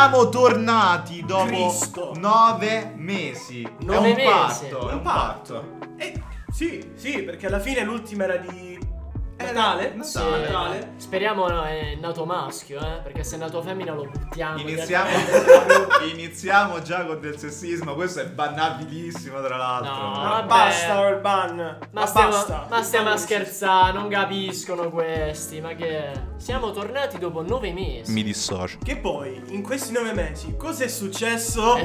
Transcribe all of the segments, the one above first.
Siamo tornati dopo Cristo. 9 mesi. 9 mesi. È un patto. Sì, perché alla fine l'ultima era di Natale. Sì, Natale. speriamo è nato maschio, perché se è nato femmina lo buttiamo. Iniziamo già con del sessismo. Questo è bannabilissimo, tra l'altro. No, Ma vabbè. basta Orban. Ma stiamo a scherzare, non capiscono questi. Ma che siamo tornati dopo 9 mesi. Mi dissocio. Che poi, in questi 9 mesi, cosa è successo?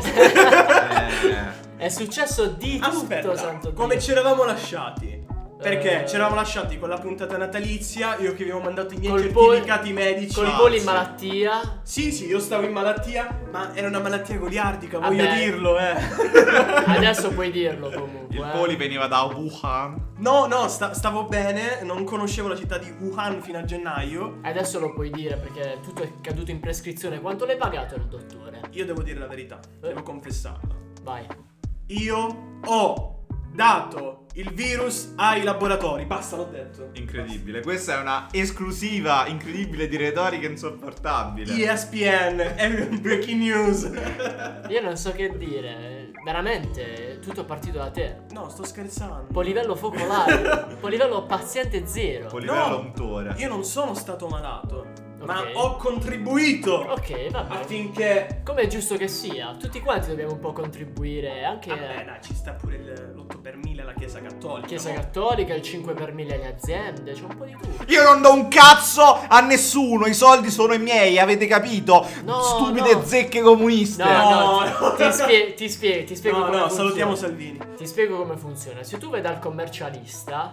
È successo di tutto, Aspetta, santo come Dio. ci eravamo lasciati? Perché ci eravamo lasciati con la puntata natalizia. Io che avevo mandato i miei Col certificati medici. Col pollo in malattia. Sì, io stavo in malattia. Ma era una malattia goliardica, Vabbè. voglio dirlo, Adesso puoi dirlo comunque. Il poli veniva da Wuhan. No, stavo bene. Non conoscevo la città di Wuhan fino a gennaio. Adesso lo puoi dire perché tutto è caduto in prescrizione. Quanto l'hai pagato il dottore? Io devo dire la verità, devo confessarla. Vai. Io ho dato il virus ai laboratori. Basta, l'ho detto. Incredibile. Questa è una esclusiva incredibile di retorica insopportabile. ESPN, è breaking news. Io non so che dire. Veramente, tutto è partito da te. No, sto scherzando. Polivello focolare. Polivello paziente zero. Polivello No, untore. Io non sono stato malato, ma Ok. ho contribuito Ok, vabbè. affinché... Come è giusto che sia, tutti quanti dobbiamo un po' contribuire anche Vabbè, dai, ci sta pure l'8 per 1000 alla Chiesa Cattolica. Chiesa no? Cattolica, il 5 per 1000 alle aziende, c'è un po' di tutto. Io non do un cazzo a nessuno. I soldi sono i miei, avete capito? No, Stupide no. zecche comuniste. No, ti spiego No, come no, funziona. salutiamo Salvini. Ti spiego come funziona. Se tu vai dal commercialista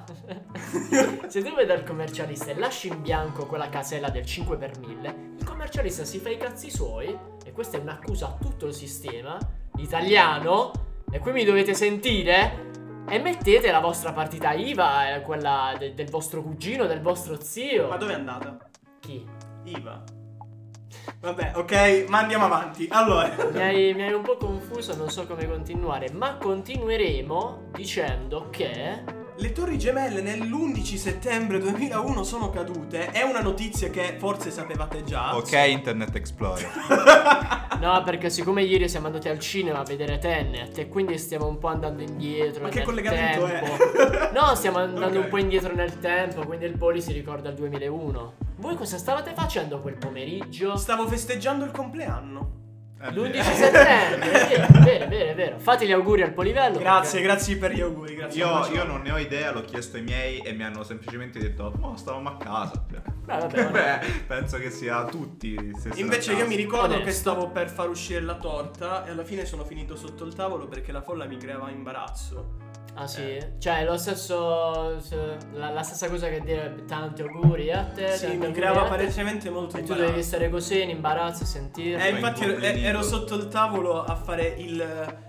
e lasci in bianco quella casella del 5 per 1000, il commercialista si fa i cazzi suoi, e questa è un'accusa a tutto il sistema italiano, e qui mi dovete sentire, e mettete la vostra partita IVA, quella del vostro cugino, del vostro zio. Ma dove è andata? Chi? IVA. Vabbè, ok, ma andiamo avanti. Allora, Mi hai un po' confuso, non so come continuare, ma continueremo dicendo che... le torri gemelle nell'11 settembre 2001 sono cadute. È una notizia che forse sapevate già. Ok, Internet Explorer. No, perché siccome ieri siamo andati al cinema a vedere Tenet e quindi stiamo un po' andando indietro Ma che nel collegamento tempo. è? No, stiamo andando Ok. un po' indietro nel tempo, quindi il Poli si ricorda il 2001. Voi cosa stavate facendo quel pomeriggio? Stavo festeggiando il compleanno. L'11 settembre, vero. Fate gli auguri al Polivello. Grazie per gli auguri. Grazie. Io non ne ho idea, l'ho chiesto ai miei e mi hanno semplicemente detto: ma stavamo a casa. Vabbè. Beh, penso che sia tutti stessi. Invece io mi ricordo Onesto. che stavo per far uscire la torta e alla fine sono finito sotto il tavolo perché la folla mi creava imbarazzo. Ah sì? Cioè lo stesso la stessa cosa che dire tanti auguri a te. Sì, tanti mi auguri creava a te. palesemente molto E tu imbarazzo. devi stare così in imbarazzo e sentire. Infatti ero sotto il tavolo a fare il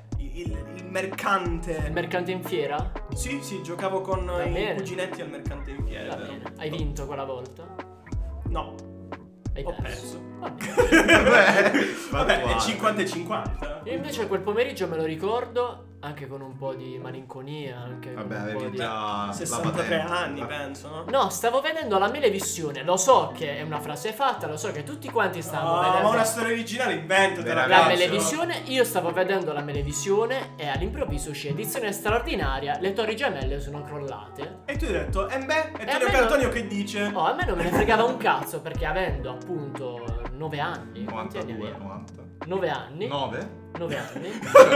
mercante. Il mercante in fiera? Sì, giocavo con Va i bene. cuginetti al mercante in Va fiera. bene. Hai vinto quella volta? No, Hai ho perso. perso. Vabbè, è 50 e 50. Io invece quel pomeriggio me lo ricordo anche con un po' di malinconia, anche Vabbè, con un po' avevi di... già la 63 patente. anni, penso, no? No, stavo vedendo la Melevisione. Lo so che è una frase fatta, lo so che tutti quanti stanno No, vedendo ma una storia originale inventatela, Veramente. la ragazzi. Melevisione. Io stavo vedendo la Melevisione e all'improvviso c'è edizione straordinaria, le torri gemelle sono crollate. E tu hai detto, beh, e a Tonio me Cartonio che dice? Oh, a me non me ne fregava un cazzo perché avendo appunto 9 anni. Quanti anni 92, avevo? 90. 9 anni. 9? 9 anni.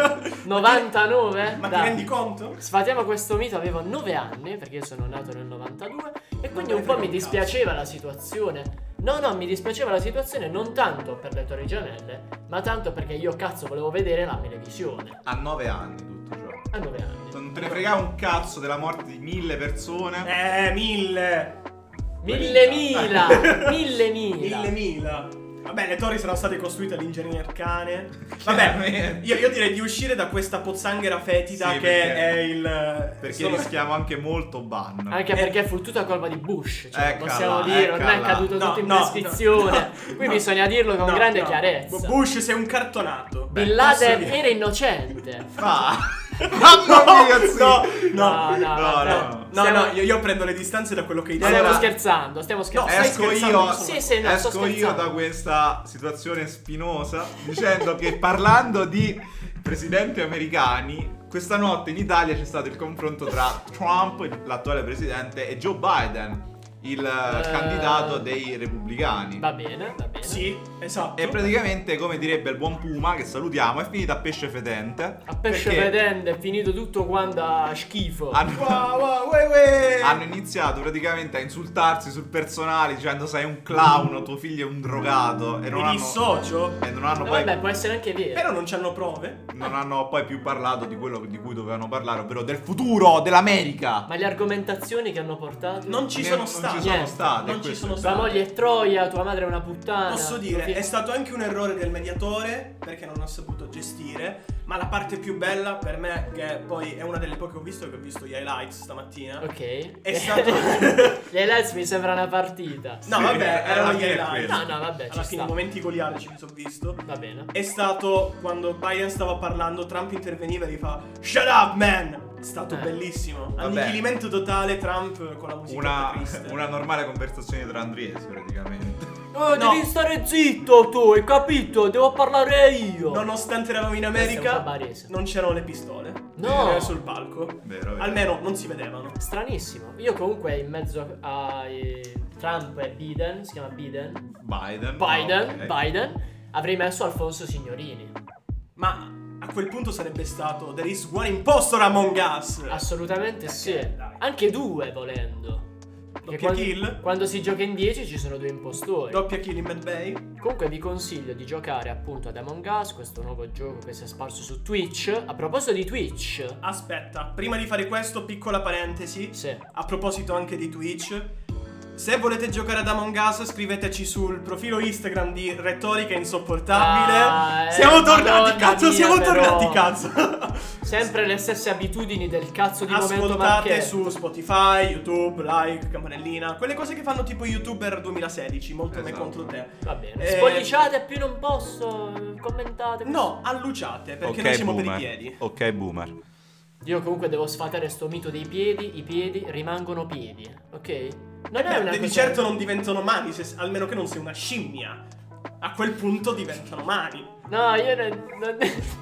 99. Ma ti Dai. rendi conto? Sfatiamo questo mito, avevo 9 anni perché io sono nato nel 92 e quindi me un ne po' frega mi un dispiaceva la situazione. No, mi dispiaceva la situazione non tanto per le torri gemelle, ma tanto perché io cazzo volevo vedere la Melevisione. A 9 anni tutto ciò. A 9 anni. Non te ne fregava un cazzo della morte di 1000 persone. 1000. Mille. Vabbè, le torri saranno state costruite dall'ingegner Cane. Chiaramente. Vabbè, io direi di uscire da questa pozzanghera fetida Sì, che perché- è il... Perché sono- rischiamo anche molto ban. Anche perché fu tutta colpa di Bush, cioè Eccola, possiamo dire, ormai è eccola. caduto No, tutto in no, prescrizione. Qui no. bisogna dirlo con No, grande no. chiarezza. Bush sei un cartonato. Bin Posso Laden dire. era innocente. Ah, Mamma mia, sì. No, io prendo le distanze da quello che hai detto. Stiamo scherzando, stiamo scherzando. No, Esco scherzando, io, non sono- Sì, sì, no, sto esco io scherzando. da questa situazione spinosa dicendo che parlando di presidenti americani, questa notte in Italia c'è stato il confronto tra Trump, l'attuale presidente, e Joe Biden, il candidato dei repubblicani. Va bene. Sì, esatto. E praticamente, come direbbe il buon Puma, che salutiamo, è finita a pesce fedente. A pesce perché fedente è finito tutto quando ha schifo. hanno iniziato praticamente a insultarsi sul personale dicendo sei un clown, tuo figlio è un drogato. E non Mi hanno, dissocio. e non hanno No, poi vabbè, può essere anche vero. Però non c'hanno prove. non hanno poi più parlato di quello di cui dovevano parlare, ovvero del futuro dell'America. Ma le argomentazioni che hanno portato? Non ci Ne- sono non state. ci sono Niente, state. non ci questo sono è- Tua state. moglie è Troia, tua madre è una puttana. Posso dire, Tuo è stato anche un errore del mediatore perché non ha saputo gestire. Ma la parte più bella per me, che poi è una delle poche che ho visto gli highlights stamattina. Ok. È stato. Gli highlights mi sembra una partita. No, Sì, vabbè, erano alla gli fine è highlights. quello. No, vabbè, Alla ci fine, sta. i momenti goliardici che ho visto. Va bene. È stato quando Biden stava parlando, Trump interveniva e gli fa "Shut up, man!" È stato bellissimo. Vabbè. Annichilimento totale, Trump con la musica triste. una normale conversazione tra Andriesi praticamente. Oh, No. devi stare zitto tu, hai capito? Devo parlare io. Nonostante eravamo in Questo è un America, barese. non c'erano le pistole. No. Sul palco. Vero. Almeno non si vedevano. Stranissimo. Io comunque in mezzo a Trump e Biden, si chiama Biden? Biden. Biden, avrei messo Alfonso Signorini. Ma a quel punto sarebbe stato "There is one impostor among us". Assolutamente sì. dai. Anche due volendo. Perché Doppia kill? Quando si gioca in 10 ci sono due impostori. Doppia kill in Mad Bay. Comunque vi consiglio di giocare appunto ad Among Us, questo nuovo gioco che si è sparso su Twitch. A proposito di Twitch, Aspetta, prima di fare questo, piccola parentesi. sì. A proposito anche di Twitch, se volete giocare ad Among Us, scriveteci sul profilo Instagram di Retorica Insopportabile. Siamo tornati, Madonna cazzo, mia, siamo però. tornati, cazzo. Sempre le stesse abitudini del cazzo di momento Ascoltate marché. su Spotify, YouTube, like, campanellina, quelle cose che fanno tipo YouTuber 2016, molto me Esatto. contro te. Va bene. Eh, Spolliciate più non posso. Commentate. No, alluciate, perché noi siamo per i piedi. Ok, boomer. Io comunque devo sfatare sto mito dei piedi. I piedi rimangono piedi. Ok? Non è una Di cosa. certo non diventano mani, almeno che non sei una scimmia. A quel punto diventano mani. No, io non...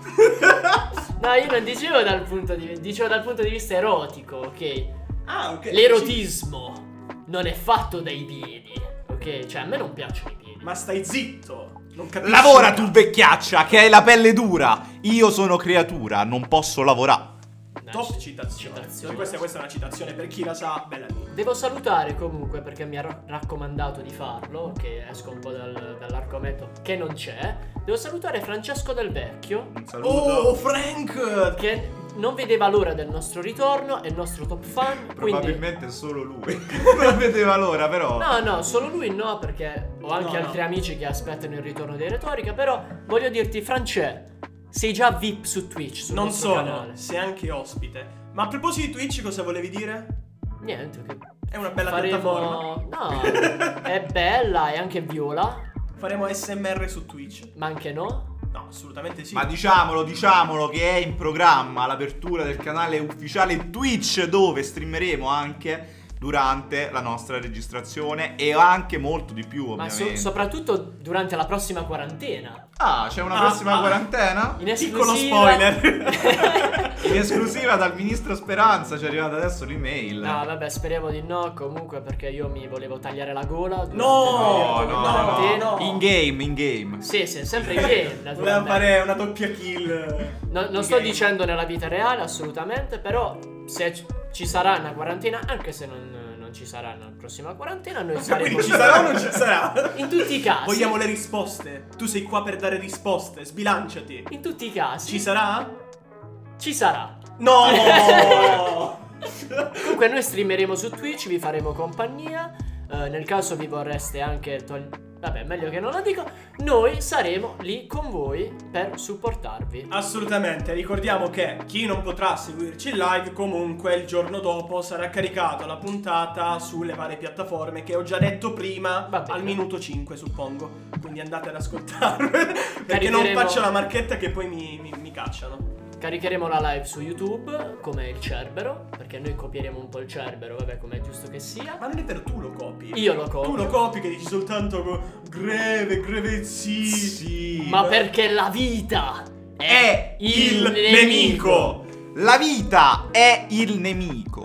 No, io non dicevo dal punto di vista. Dicevo dal punto di vista erotico, ok? Ah, ok. L'erotismo non è fatto dai piedi. Ok? Cioè, a me non piacciono i piedi. Ma stai zitto. Non capisci. Lavora tu vecchiaccia che hai la pelle dura. Io sono creatura, non posso lavorare. Top citazione. Cioè, questa è una citazione per chi la sa, bella lì. Devo salutare comunque perché mi ha raccomandato di farlo, che esco un po' dall'argomento che non c'è. Devo salutare Francesco Del Vecchio, Un saluto. Oh, Frank! che non vedeva l'ora del nostro ritorno, è il nostro top fan. Quindi... Probabilmente solo lui. Non vedeva l'ora, però. No, solo lui no, perché ho anche No, altri no. amici che aspettano il ritorno dei Retorica. Però voglio dirti, France, sei già VIP su Twitch, sul Non nostro sono, canale. sei anche ospite. Ma a proposito di Twitch, cosa volevi dire? Niente, che È una bella piattaforma. No, è bella, è anche viola, Faremo SMR su Twitch? ma anche no. No, assolutamente sì. Ma diciamolo che è in programma l'apertura del canale ufficiale Twitch, dove streameremo anche durante la nostra registrazione e anche molto di più, Ma ovviamente. soprattutto durante la prossima quarantena. Ah, c'è una prossima ah. quarantena? In Piccolo esclusiva. spoiler. In esclusiva dal ministro Speranza ci è arrivata adesso l'email. No, vabbè, speriamo di no. Comunque, perché io mi volevo tagliare la gola. durante No, la no, quarantena. no. In game. Sì, sempre in game. Voleva naturalmente. fare una doppia kill. Non sto dicendo nella vita reale, assolutamente. Però, se ci sarà una quarantena, anche se non ci sarà una prossima quarantena, noi saremo. Quindi ci sarà o non ci sarà? In tutti i casi. Vogliamo le risposte. Tu sei qua per dare risposte. Sbilanciati. In tutti i casi. Ci sarà? Ci sarà. No! Comunque noi streameremo su Twitch, vi faremo compagnia. Nel caso vi vorreste anche vabbè, meglio che non lo dico. Noi saremo lì con voi per supportarvi. Assolutamente, ricordiamo che chi non potrà seguirci in live comunque il giorno dopo sarà caricato la puntata sulle varie piattaforme che ho già detto prima, Va bene. al minuto 5 suppongo, quindi andate ad ascoltarle perché non Caricheremo- faccio la marchetta che poi mi cacciano. Caricheremo la live su YouTube come il Cerbero, perché noi copieremo un po' il Cerbero, vabbè, come è giusto che sia. Ma non è vero, tu lo copi. Io lo copio. Tu lo copi che dici soltanto greve, sì. Ma perché la vita è il nemico. La vita è il nemico.